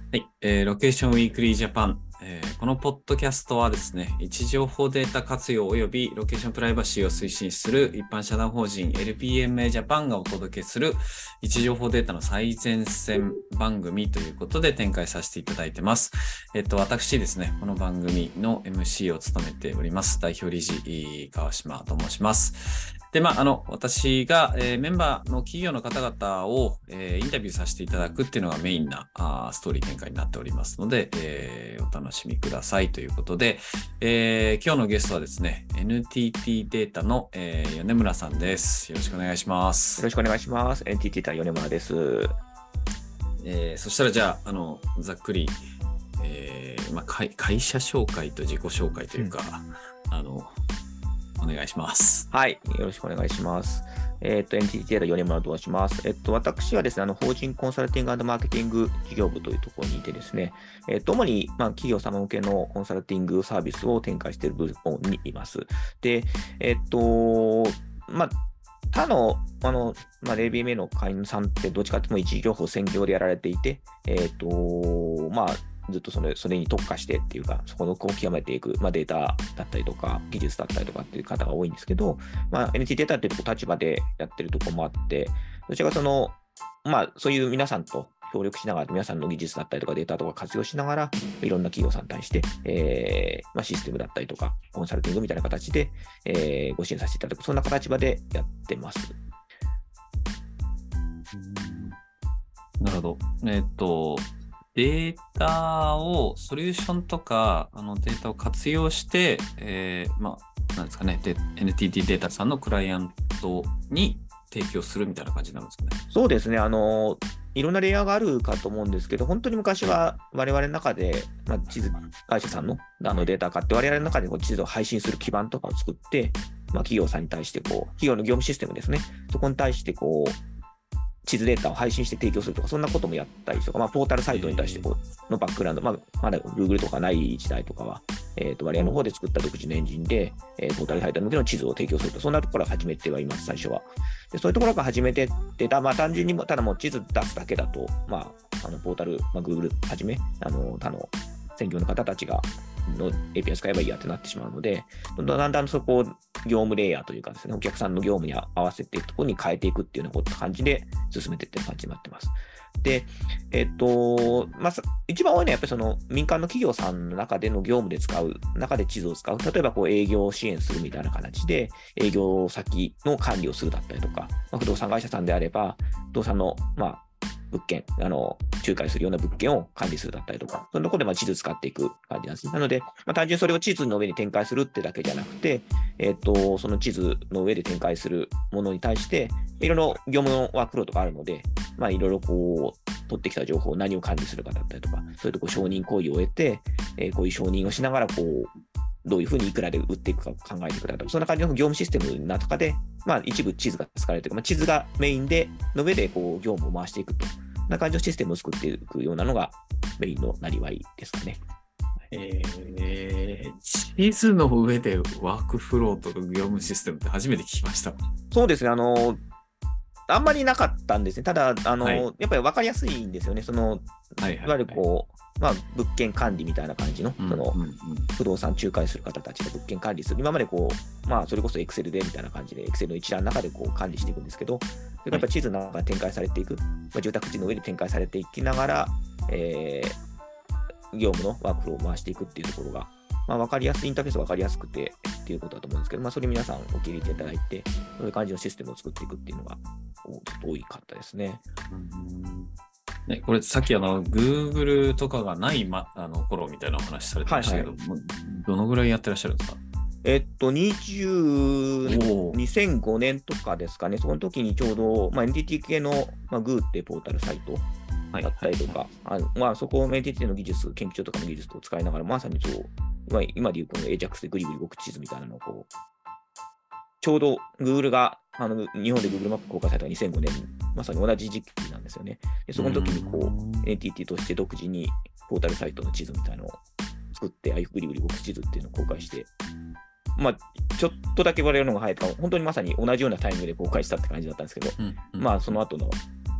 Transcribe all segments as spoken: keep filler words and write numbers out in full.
はい、えー、ロケーションウィークリージャパン、えー、このポッドキャストはですね、位置情報データ活用及びロケーションプライバシーを推進する一般社団法人 エルピーエムエー ジャパンがお届けする位置情報データの最前線番組ということで展開させていただいてます。えっと、私ですね、この番組の エムシー を務めております、代表理事、川島と申します。で、まあ、あの、私が、えー、メンバーの企業の方々を、えー、インタビューさせていただくっていうのがメインなあストーリー展開になっておりますので、えー、お楽しみくださいということで、えー、今日のゲストはですね、エヌティーティー データの、えー、米村さんです。よろしくお願いします。 よろしくお願いします。エヌティーティー データ米村です。 えー、そしたらじゃあ、あの、ざっくり、えーまあ、会, 会社紹介と自己紹介というか、うん、あの、お願いします。 はい、よろしくお願いします。えっ、ー、と、エヌティーティー データ米村と申します。えっと、私はですね、あの、法人コンサルティング&マーケティング事業部というところにいてですね、えっと、主に、まあ、企業様向けのコンサルティングサービスを展開している部門にいます。で、えっと、まあ、他の、あの、まあ、エルビーエムエー の会員さんってどっちかっていうと位置情報専業でやられていて、えっと、まあ、ずっとそれそれに特化してっていうか、そこのこう極めていく、まあ、データだったりとか、技術だったりとかっていう方が多いんですけど、まあ、エヌティー データっていうとこ立場でやってるところもあって、どちらかその、まあ、そういう皆さんと協力しながら、皆さんの技術だったりとかデータとか活用しながら、いろんな企業さんに対して、えーまあ、システムだったりとか、コンサルティングみたいな形で、えー、ご支援させていただく、そんな立場でやってます。 なるほど。えっと、データを、ソリューションとか、あのデータを活用して、えー、まあ、なんですかね、で、エヌティーティー データさんのクライアントに提供するみたいな感じなんですかね。 そうですね。あの、いろんなレイヤーがあるかと思うんですけど、本当に昔は我々の中で、まあ、地図会社さんのあのデータを買って、我々の中でこう地図を配信する基盤とかを作って、まあ、企業さんに対してこう、企業の業務システムですね。そこに対してこう、地図データを配信して提供するとか、そんなこともやったりとか、まあ、ポータルサイトに対してこうのバックグラウンド、まあ、まだ Google とかない時代とかは、えー、と我々の方で作った独自のエンジンで、えー、ポータルサイト向けの地図を提供すると、そんなところから始めてはいます、最初は。でそういうところから始めてって、まあ、単純にただもう地図出すだけだと、まあ、あのポータル、まあ、Google はじめ、あの他の専業の方たちがの エーピーアイ 使えばいいやってなってしまうので、だんだんそこを業務レイヤーというかですね、お客さんの業務に合わせていくところに変えていくっていうような感じで進めていってる感じになってます。で、えっと、まあ、一番多いのはやっぱりその民間の企業さんの中での業務で使う、中で地図を使う、例えばこう営業を支援するみたいな形で営業先の管理をするだったりとか、まあ、不動産会社さんであれば、不動産の、まあ、物件、あの、仲介するような物件を管理するだったりとか、そのところでまあ地図使っていく感じなんです。なので、まあ、単純にそれを地図の上に展開するってだけじゃなくて、えっと、その地図の上で展開するものに対して、いろいろ業務のワークフローとかあるので、まあ、いろいろこう、取ってきた情報を何を管理するかだったりとか、そういうとこ承認行為を得て、えー、こういう承認をしながら、こう、どういうふうにいくらで売っていくか考えていくかとか、そんな感じの業務システムの中で、まあ、一部地図が使われている、まあ、地図がメインで、の上でこう業務を回していくと。な感じのシステムを作っていくようなのがメインのなりわいですかね。 えー、地図の上でワークフローとか業務システムって初めて聞きました。 そうですね。あの、あんまりなかったんですね。ただ、あの、はい、やっぱり分かりやすいんですよね。その、はいはいはい、いわゆるこう、まあ、物件管理みたいな感じの、うんうんうん、その不動産仲介する方たちが物件管理する。今までこう、まあ、それこそ Excel でみたいな感じで、Excel の一覧の中でこう管理していくんですけど、やっぱ地図の中で展開されていく、まあ、住宅地の上で展開されていきながら、えー、業務のワークフローを回していくっていうところが、まあ、分かりやすい、インターフェースが分かりやすくてっていうことだと思うんですけど、まあ、それ皆さんお受け入れていただいて、そういう感じのシステムを作っていくっていうのが多かったですね。 うんね、これさっきあの Google とかがない、ま、あの頃みたいなお話されてましたけど、はいはい、どのぐらいやってらっしゃるんですか？ えっと、にじゅう、にせんごねんとかですかね、その時にちょうど、まあ、エヌティーティー 系の、まあ、グー ってポータルサイトだったりとか、はいはいはい、あまあ、そこを エヌティーティー の技術、研究所とかの技術を使いながら、まさにそう、今今でいうこの エージャックス でグリグリ動く地図みたいなのをこう、ちょうど Google が、あの日本で Google マップ公開されたのがにせんごねん、まさに同じ時期なんですよね。でその時にこう エヌティーティー として独自にポータルサイトの地図みたいなのを作って、ああいうグリグリ動く地図っていうのを公開して、まあ、ちょっとだけ我々の方が早いから、本当にまさに同じようなタイミングで公開したって感じだったんですけど、うんうん、まあ、その後の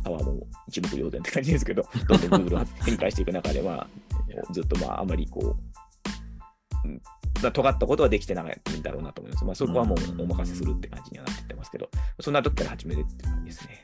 タワーも一目瞭然って感じですけど、どんどん Google が展開していく中で、まあ、ずっとまああまりこう、うんまあ、尖ったことはできてないんだろうなと思います。まあ、そこはもうお任せするって感じにはなってってますけど、そんな時から始めるって感じですね。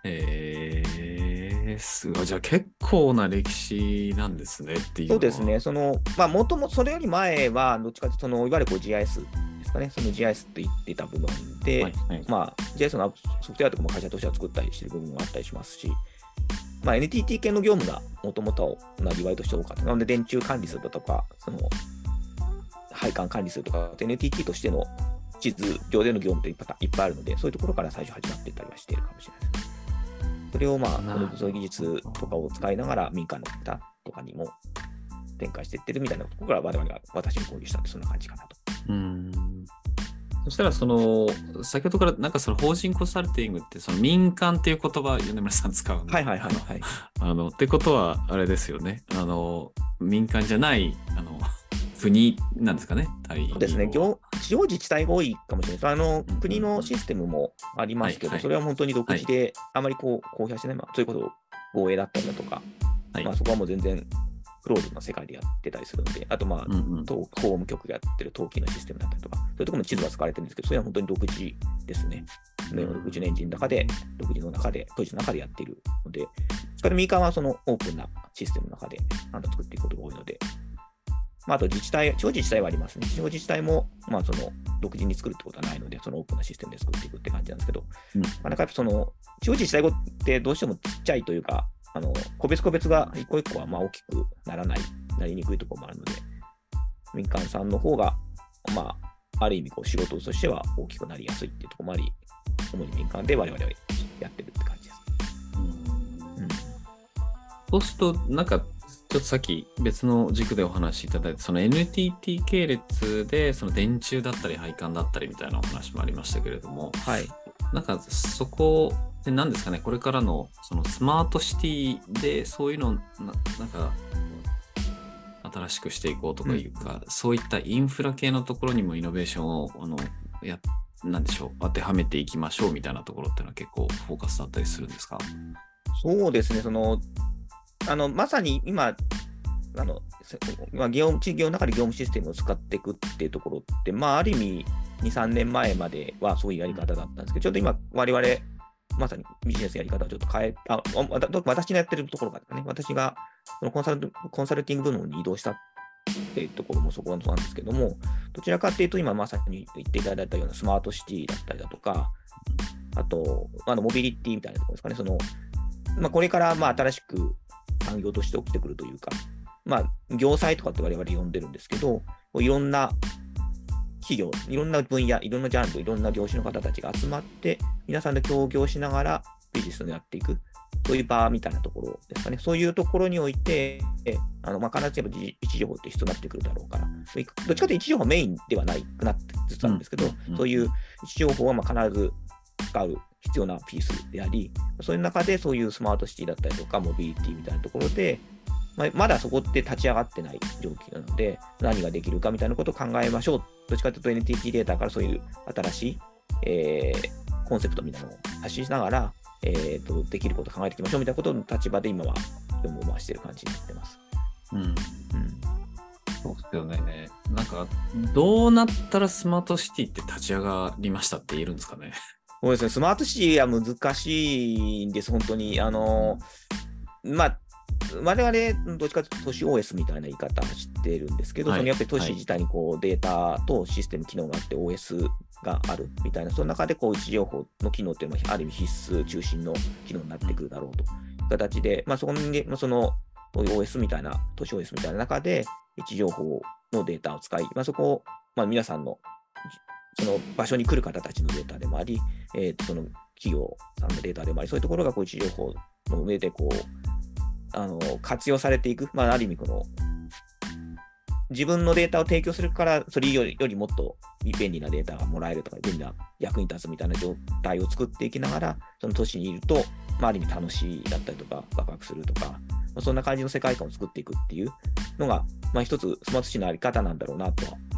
えー、すごい。じゃあ結構な歴史なんですねっていうのは。 そうですね。その、まあ、もともとそれより前は、どっちかというと、そのいわゆるこう ジーアイエス ですかね。その ジーアイエス って言ってた部分で、 はいはい、 まあ、ジーアイエス のソフトウェアとかも会社としては作ったりしてる部分があったりしますし、まあ、エヌティーティー 系の業務がもともとなりわいとして多かった。なので、電柱管理するとか、その配管管理するとか、エヌティーティー としての地図上での業務っていっぱいいっぱいあるので、そういうところから最初始まっていったりはしているかもしれないですね。それをまあ、このそういう技術とかを使いながら民間の方とかにも展開していってるみたいなところから我々が私に交流したってそんな感じかなと。 うん。そしたらその先ほどからなんかその法人コンサルティングってその民間っていう言葉米村さん使うんで、 はいはいはいはい。 あのってことはあれですよね。あの民間じゃないあの国なんですかね。 そうですね。業地方自治体が多いかもしれないです。あの、うん、国のシステムもありますけど、はいはい、それは本当に独自で、はい、あまりこう公表してない、まあ、そういうことを防衛だったりだとか、はい、まあ、そこはもう全然クローズな世界でやってたりするので、あと、まあ、うんうん、法務局がやってる登記のシステムだったりとか、そういうところの地図が使われてるんですけど、それは本当に独自ですね。独自のエンジンの中で、独自の中で、当時の中でやっているので、それから民間はそのオープンなシステムの中で作っていくことが多いので、まあ、あと自治体、地方自治体はありますね。地方自治体も、まあ、その独自に作るってことはないので、そのオープンなシステムで作っていくって感じなんですけど、うん、なかなかやっぱその地方自治体ってどうしてもちっちゃいというか、あの個別個別が一個一個はまあ大きくならない、なりにくいところもあるので、民間さんの方が、まあ、ある意味こう仕事としては大きくなりやすいっていうところもあり、主に民間で我々はやってるって感じです。 うんうん、そうすると、なんか、ちょっとさっき別の軸でお話しいただいたその エヌティーティー 系列でその電柱だったり配管だったりみたいなお話もありましたけれども、 はい、 なんかそこで何ですかね、これからのそのスマートシティでそういうのななんか新しくしていこうとかいうか、うん、そういったインフラ系のところにもイノベーションをあのやなんでしょう当てはめていきましょうみたいなところっていうのは結構フォーカスだったりするんですか？ そうですね、そのあのまさに今、あの業務地域の中で業務システムを使っていくっていうところって、まあ、ある意味、に、さんねんまえまではそういうやり方だったんですけど、ちょっと今、我々まさにビジネスやり方をちょっと変え、あ私のやってるところがね、私がそのコンサルコンサルティング部門に移動したっていうところもそこなんですけども、どちらかっていうと、今まさに言っていただいたようなスマートシティだったりだとか、あと、あのモビリティみたいなところですかね、そのまあ、これからまあ新しく産業として起きてくるというか、まあ、業債とかって我々呼んでるんですけど、いろんな企業、いろんな分野、いろんなジャンル、いろんな業種の方たちが集まって、皆さんで協業しながらビジネスをやっていく、そういう場みたいなところですかね。そういうところにおいて、あのまあ、必ずやっぱ位置情報って必要になってくるだろうから、どっちかというと位置情報メインではないくなってつつあるんですけど、うんうんうん、そういう位置情報はまあ必ず使う必要なピースであり、そういう中でそういうスマートシティだったりとか、モビリティみたいなところで、まだそこって立ち上がってない状況なので、何ができるかみたいなことを考えましょう。どっちかというと エヌティーティー データからそういう新しい、えー、コンセプトみたいなのを発信しながら、えー、とできることを考えていきましょうみたいなことの立場で今は業務を回している感じになってます。 うん。うん、そうですよね。なんか、どうなったらスマートシティって立ち上がりましたって言えるんですかね。 そうですね。スマートシティは難しいんです、本当に。あの、まあ、我々、どっちかというと都市 オーエス みたいな言い方しているんですけど、はい、そのやっぱり都市自体にこうデータとシステム機能があって オーエス があるみたいな、その中でこう位置情報の機能っていうのはある意味必須中心の機能になってくるだろうという形で、まあ、そこにその オーエス みたいな、都市 オーエス みたいな中で位置情報のデータを使い、まあ、そこを、まあ、皆さんのその場所に来る方たちのデータでもあり、えー、その企業さんのデータでもあり、そういうところがこう位置情報の上でこうあの活用されていく、まあ、ある意味この自分のデータを提供するからそれより、よりもっと便利なデータがもらえるとか便利な役に立つみたいな状態を作っていきながらその都市にいると、まあ、ある意味楽しいだったりとかワクワクするとか、まあ、そんな感じの世界観を作っていくっていうのが、まあ、一つスマートシティのあり方なんだろうなとは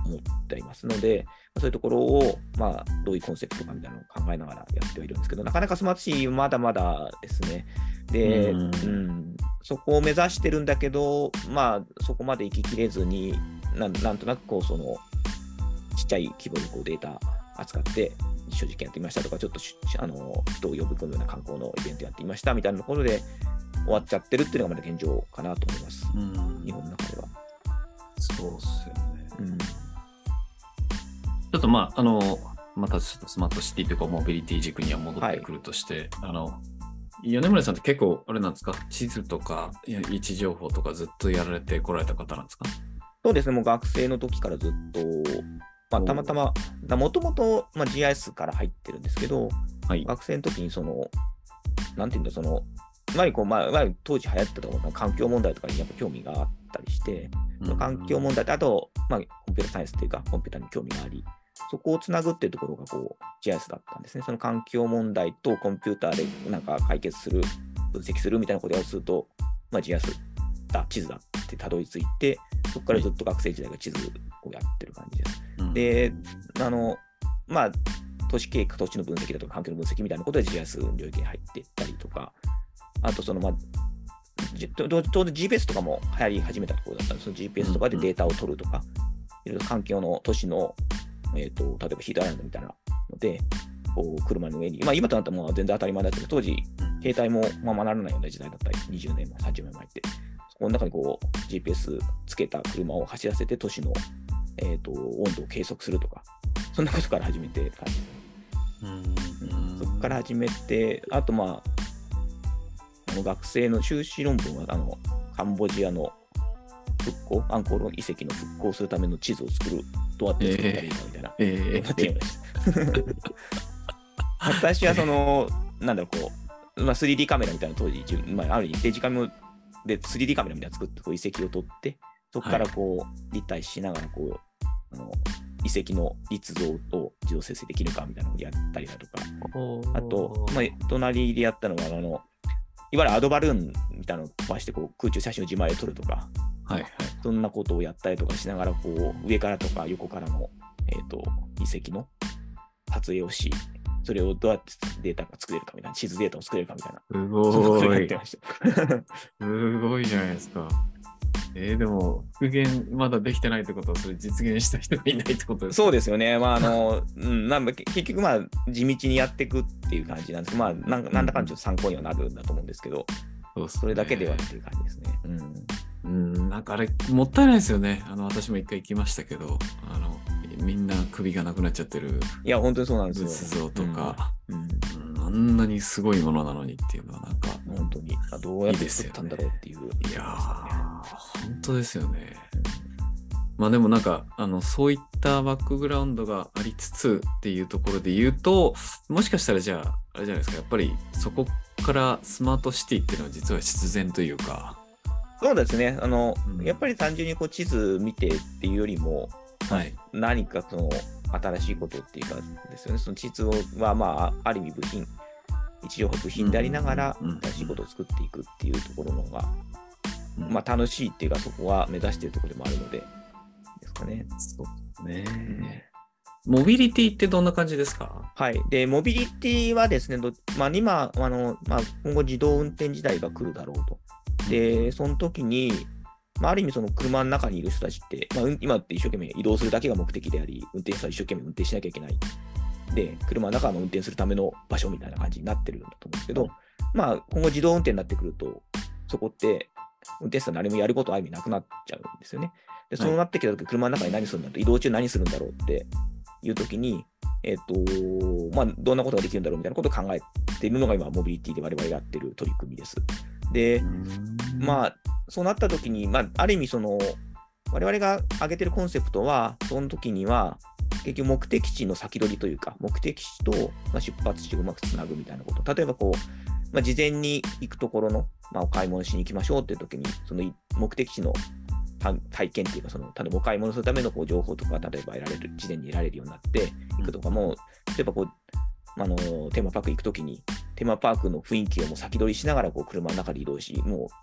思っていますので、そういうところを、まあ、どういうコンセプトかみたいなのを考えながらやってはいるんですけど、なかなかスマートシティまだまだですね。で、 うんうん、そこを目指してるんだけど、まあ、そこまで行ききれずに、な ん, なんとなくこうそのちっちゃい規模でこうデータ扱って実証実験やってみましたとか、ちょっとあの人を呼び込むような観光のイベントやってみましたみたいなところで終わっちゃってるっていうのがまだ現状かなと思います、うん、日本の中では。 そうっすよね。 うん、ちょっとまあ、あの、またちょっとスマートシティというかモビリティ軸には戻ってくるとして、はい、あの、米村さんって結構あれなんですか、地図とか位置情報とかずっとやられてこられた方なんですか？ そうですね、もう学生の時からずっと、まあ、たまたま、もともと ジーアイエス から入ってるんですけど、はい、学生の時にその、なんていうんだ、その、まあこうまあ、当時流行ってた環境問題とかにやっぱ興味があったりして、うん、環境問題と、あと、まあ、コンピューターサイエンスというか、コンピューターに興味があり、そこをつなぐっていうところがこう ジーアイエス だったんですね。その環境問題とコンピューターでなんか解決する、分析するみたいなことをすると、まあ、ジーアイエス だ、地図だってたどり着いて、そこからずっと学生時代が地図をやってる感じです。うん、で、あの、まあ、都市計画、土地の分析だとか環境の分析みたいなことで ジーアイエス の領域に入っていったりとか、あとその、まあ、ちょうど ジーピーエス とかも流行り始めたところだったんです。その ジーピーエス とかでデータを取るとか、いろいろ環境の都市の、えーと、例えばヒートアイランドみたいなので、こう車の上に、まあ今となったらもう全然当たり前だけど、当時、携帯もままならないような時代だったり、にじゅうねんもさんじゅうねんまえって、そこの中にこう ジーピーエス つけた車を走らせて都市の、えーと、温度を計測するとか、そんなことから始めて感じですね。うん、そこから始めて、あとまあ、あの学生の修士論文はあのカンボジアの復興、アンコール遺跡の復興するための地図を作る、どうやって作ったらいいかみたいな、えー、なっていました。私はその、なんだろう、こう、まあ、スリーディー カメラみたいな当時、まあ、ある意味デジカメで スリーディー カメラみたいなの作ってこう遺跡を撮って、そこからこう立体しながらこう、あの遺跡の立像を自動生成できるかみたいなのをやったりだとか、あと、まあ、隣でやったのは、あの、いわゆるアドバルーンみたいなのを飛ばしてこう空中写真を自前で撮るとか、はいはい、そんなことをやったりとかしながらこう上からとか横からの、えーと、遺跡の撮影をし、それをどうやってデータが作れるかみたいな、地図データを作れるかみたいな。 すごい。すごいじゃないですか。えー、でも復元まだできてないってことはそれ実現した人がいないってことですか？ そうですよね。まああのうん、なんか結局まあ地道にやっていくっていう感じなんですけど、まあなんなんだかんだ参考にはなるんだと思うんですけど、うん、それだけではっていう感じですね。うん、 うん、なんかあれもったいないですよね。あの私も一回行きましたけど、あのみんな首がなくなっちゃってる。 いや本当にそうなんですよ。 仏像とか、うんうん、あんなにすごいものなのにっていうのはなんか本当にどうやって作ったんだろうっていう。いいいやー本当ですよね。まあでもなんかあのそういったバックグラウンドがありつつっていうところで言うと、もしかしたらじゃああれじゃないですか、やっぱりそこからスマートシティっていうのは実は必然というか。 そうですね。あの、うん、やっぱり単純にこう地図見てっていうよりも、はい、何かその新しいことっていうかですよね。その地図はまあある意味部品、位置情報部品でありながら新しいことを作っていくっていうところのが、うん、まあ楽しいっていうかそこは目指しているところでもあるのでですかね。 そうですね。モビリティってどんな感じですか？ はい。で、モビリティはですね、まあ、今、あのまあ、今後自動運転時代が来るだろうと。で、その時に、まあ、ある意味その車の中にいる人たちって、まあ、今って一生懸命移動するだけが目的であり、運転手は一生懸命運転しなきゃいけない。で、車の中の運転するための場所みたいな感じになってるんだと思うんですけど、まあ、今後自動運転になってくると、そこって、運転手さん何もやることはある意味なくなっちゃうんですよね。で、そうなってきた時、車の中に何するんだと、移動中何するんだろうっていう時に、えっと、まあ、どんなことができるんだろうみたいなことを考えているのが今、モビリティで我々がやってる取り組みです。で、まあ、そうなった時に、まあ、ある意味その、我々が挙げてるコンセプトは、その時には、結局目的地の先取りというか、目的地と出発地をうまくつなぐみたいなこと。例えばこう、まあ、事前に行くところの、まあ、お買い物しに行きましょうっていう時に、その目的地の体験っていうか、その例えばお買い物するためのこう情報とか、例えば得られる、事前に得られるようになっていくとかも、例えばこう、あのテーマパーク行くときに、テーマパークの雰囲気をもう先取りしながらこう車の中で移動し、もう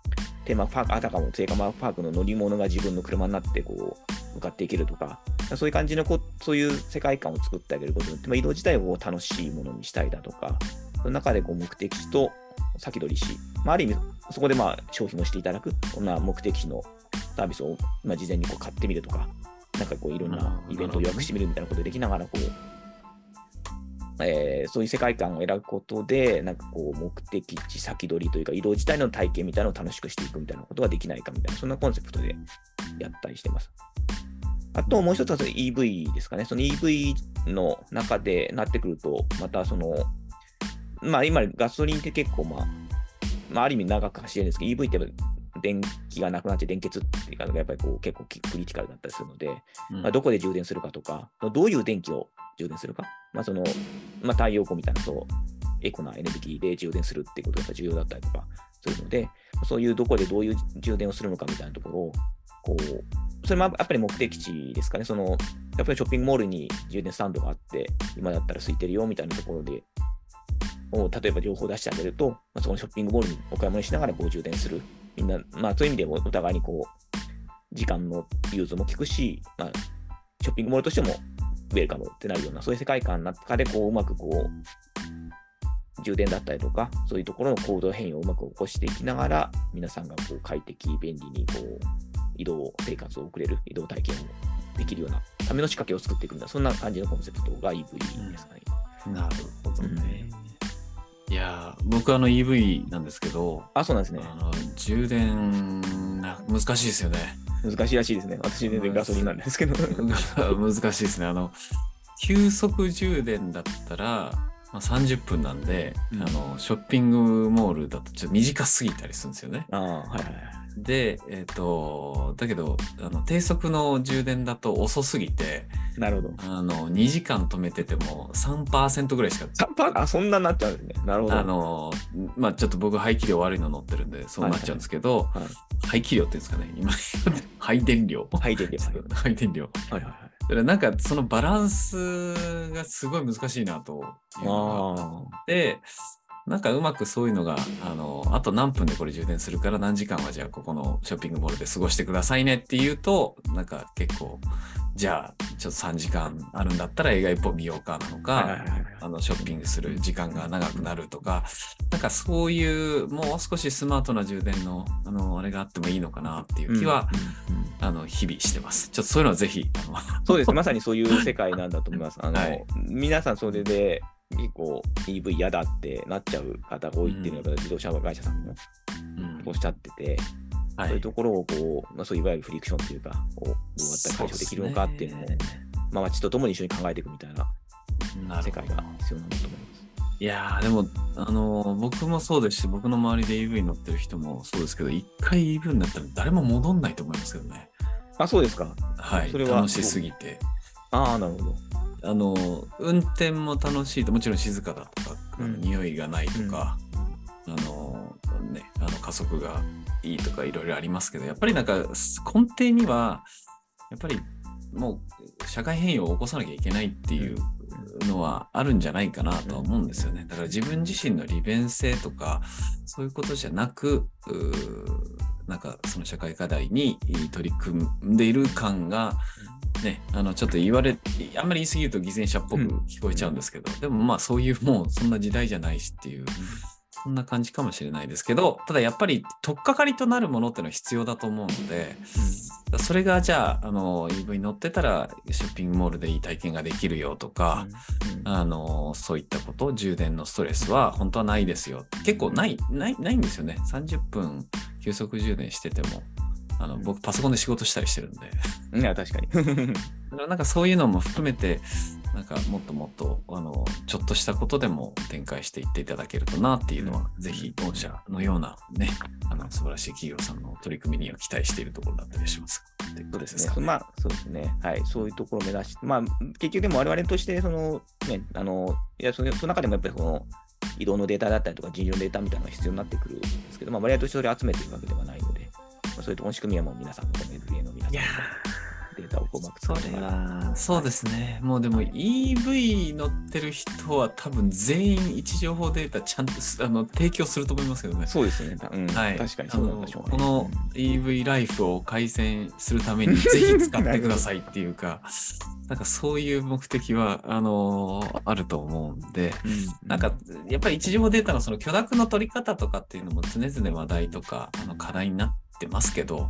テーマパーク、あたかもテーマパークの乗り物が自分の車になってこう向かっていけるとか、そういう感じのこそういう世界観を作ってあげることによって、まあ、移動自体を楽しいものにしたいだとか、その中でこう目的地と先取りし、まあ、ある意味そこでまあ消費もしていただく、こんな目的地のサービスをまあ事前にこう買ってみるとか、なんかこういろんなイベントを予約してみるみたいなことができながらこう、えー、そういう世界観を選ぶことで、なんかこう目的地先取りというか移動自体の体験みたいなのを楽しくしていくみたいなことができないかみたいな、そんなコンセプトでやったりしてます。あともう一つは イーブイ ですかね。その イーブイ の中でなってくると、またその、まあ今ガソリンって結構まあ、まあある意味長く走れるんですけど、イーブイ って電気がなくなって電欠っていうのがやっぱりこう結構クリティカルだったりするので、うんまあ、どこで充電するかとか、どういう電気を充電するか、まあそのまあ、太陽光みたいなとエコなエネルギーで充電するっていうことが重要だったりとかするので、そういうどこでどういう充電をするのかみたいなところを、こうそれもやっぱり目的地ですかね。そのやっぱりショッピングモールに充電スタンドがあって、今だったら空いてるよみたいなところで、を例えば情報を出してあげると、まあ、そこのショッピングモールにお買い物しながらこう充電する。みんな、まあそういう意味でお互いにこう、時間の融通も効くし、まあ、ショッピングモールとしてもウェルカムってなるような、そういう世界観の中でこう、うまくこう、充電だったりとか、そういうところの行動変容をうまく起こしていきながら、皆さんがこう快適、便利にこう、移動生活を送れる、移動体験をできるようなための仕掛けを作っていくんだ、そんな感じのコンセプトが イーブイ ですかね。 うん、なるほどね。うん、いや僕あの イーブイ なんですけど、 あ、そうなんですね。 あの充電難しいですよね。 難しいらしいですね。私全然ガソリンなんですけど難しいですね。あの急速充電だったら、まあ、さんじゅっぷんなんで、うん、あのショッピングモールだとちょっと短すぎたりするんですよね。 あ、はいはい。 で、えっと、だけど、あの低速の充電だと遅すぎて、 なるほど。 あのにじかん止めてても さんパーセント ぐらいしか。 さんパーセント? あ、そんなになっちゃうんですね。なるほど。 あの、まあちょっと僕排気量悪いの乗ってるんで、そうなっちゃうんですけど、はいはいはい、排気量っていうんですかね、今、配電量。 配電量。 配電量。はいはいはい。だからなんかそのバランスがすごい難しいなというのがあって、なんかうまくそういうのが、あの、あと何分でこれ充電するから何時間はじゃあここのショッピングモールで過ごしてくださいねっていうと、なんか結構、じゃあちょっとさんじかんあるんだったら映画一本見ようかなのか、あのショッピングする時間が長くなるとか、なんかそういうもう少しスマートな充電の、あの、あれがあってもいいのかなっていう気は、うんうんうん、あの、日々してます。ちょっとそういうのはぜひ。 そうです。まさにそういう世界なんだと思います。あの、はい、皆さんそれで、結構 イーブイ 嫌だってなっちゃう方が多いっていうのが、うん、自動車会社さんもおっしゃってて、うん、そういうところをこう、まあ、そういわゆるフリクションというか、をどうやったら解消できるのかっていうのを、まあ、街とともに一緒に考えていくみたいな世界が必要なんだと思います。 いやーでも、あのー、僕もそうですし、僕の周りで イーブイ 乗ってる人もそうですけど、一回 イーブイ になったら誰も戻んないと思いますけどね。 あ、そうですか。 はい、それは楽しすぎて。 ああ、なるほど。 あの運転も楽しいと、もちろん静かだとか、うん、匂いがないとか、うん、あのね、あの加速がいいとかいろいろありますけど、やっぱりなんか根底にはやっぱりもう社会変容を起こさなきゃいけないっていうのはあるんじゃないかなとは思うんですよね。だから自分自身の利便性とかそういうことじゃなく、なんかその社会課題に取り組んでいる感がね、あのちょっと言われあんまり言い過ぎると偽善者っぽく聞こえちゃうんですけど、うん、でもまあそういうもうそんな時代じゃないしっていう、うん、そんな感じかもしれないですけど、ただやっぱり取っかかりとなるものっていうのは必要だと思うので、うん、それがじゃあ、あの イーブイ 乗ってたらショッピングモールでいい体験ができるよとか、うんうん、あのそういったこと、充電のストレスは本当はないですよ、結構ないないないんですよね。さんじゅっぷん急速充電してても、あの僕パソコンで仕事したりしてるんで。 いや確かに。 だからなんかそういうのも含めて、なんかもっともっとあのちょっとしたことでも展開していっていただけるとなっていうのは、うん、ぜひ御社のようなね、あの素晴らしい企業さんの取り組みには期待しているところだったりします。 そうですね。まあそうですね。はい、そういうところを目指して、まあ結局でも我々としてそのね、あのいやそのその中でもやっぱりその移動のデータだったりとか人流のデータみたいなのが必要になってくるんですけど、まあ我々としてそれを集めているわけではないので。そういうところの仕組みはもう皆さんの エヌビーエー の皆さんデータをこううまく使それいながら。 は、そうですね。もうでも イーブイ 乗ってる人は多分全員位置情報データちゃんとあの提供すると思いますけどね。 そうですね。うん、 はい、 確かにそうなんでしょうね。 この イーブイ ライフを改善するためにぜひ使ってくださいっていうか、なんかそういう目的はあのー、あると思うんで、 うん、 なんかやっぱり位置情報データのその許諾の取り方とかっていうのも常々話題とかあの課題になってますけど、はい、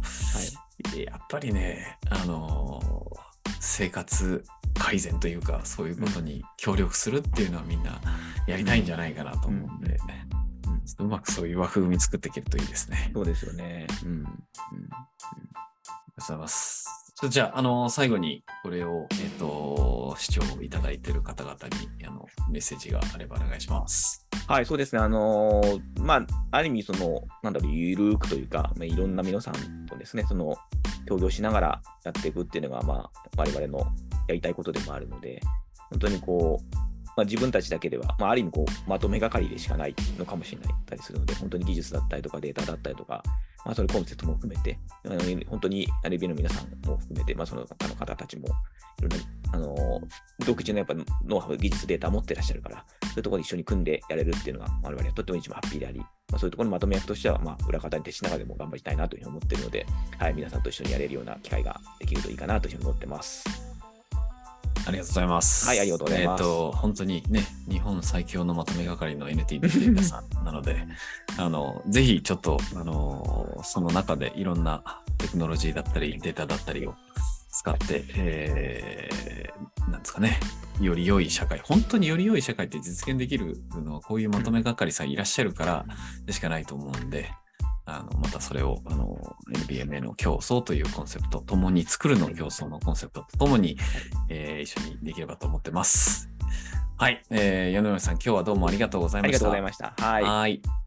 やっぱりね、あのー、生活改善というかそういうことに協力するっていうのはみんなやりたいんじゃないかなと思うんで、ね、うんうん、ちょっとうまくそういう枠組み作っていけるといいですね。 そうですよね。うんうん、うん、ありがとうございます。じゃあ、あの最後にこれを、えーと、視聴いただいている方々にあのメッセージがあればお願いします。 はい、そうですね。あのー、まあ、ある意味、その、なんだろう、ゆるーくというか、まあ、いろんな皆さんとですね、その、協業しながらやっていくっていうのが、まあ、我々のやりたいことでもあるので、本当にこう、まあ、自分たちだけでは、まあ、ある意味こう、まとめ係でしかないのかもしれないたりするので、本当に技術だったりとかデータだったりとか、まあ、それコンセプトも含めて、あの本当に アールビー の皆さんも含めて、まあ、その他の方たちも、いろんな、あのー、独自のやっぱノウハウ、技術データを持ってらっしゃるから、そういうところで一緒に組んでやれるっていうのが、我々はとっても一番ハッピーであり、まあ、そういうところのまとめ役としては、まあ、裏方に徹しながらでも頑張りたいなというふうに思っているので、はい、皆さんと一緒にやれるような機会ができるといいかなというふうに思ってます。 ありがとうございます。 はい、ありがとうございます。 えっと、本当にね、日本最強のまとめ係の エヌティービー データさんなので、あの、ぜひちょっと、あの、その中でいろんなテクノロジーだったり、データだったりを使って、えー、なんですかね、より良い社会、本当により良い社会って実現できるのは、こういうまとめ係さんいらっしゃるからでしかないと思うんで、あのまたそれをあの エヌビーエムエー の競争というコンセプトともに作るの競争のコンセプトとともに、えー、一緒にできればと思ってます。はい、えー、米村さん今日はどうもありがとうございました。 ありがとうございました。はい。 はい。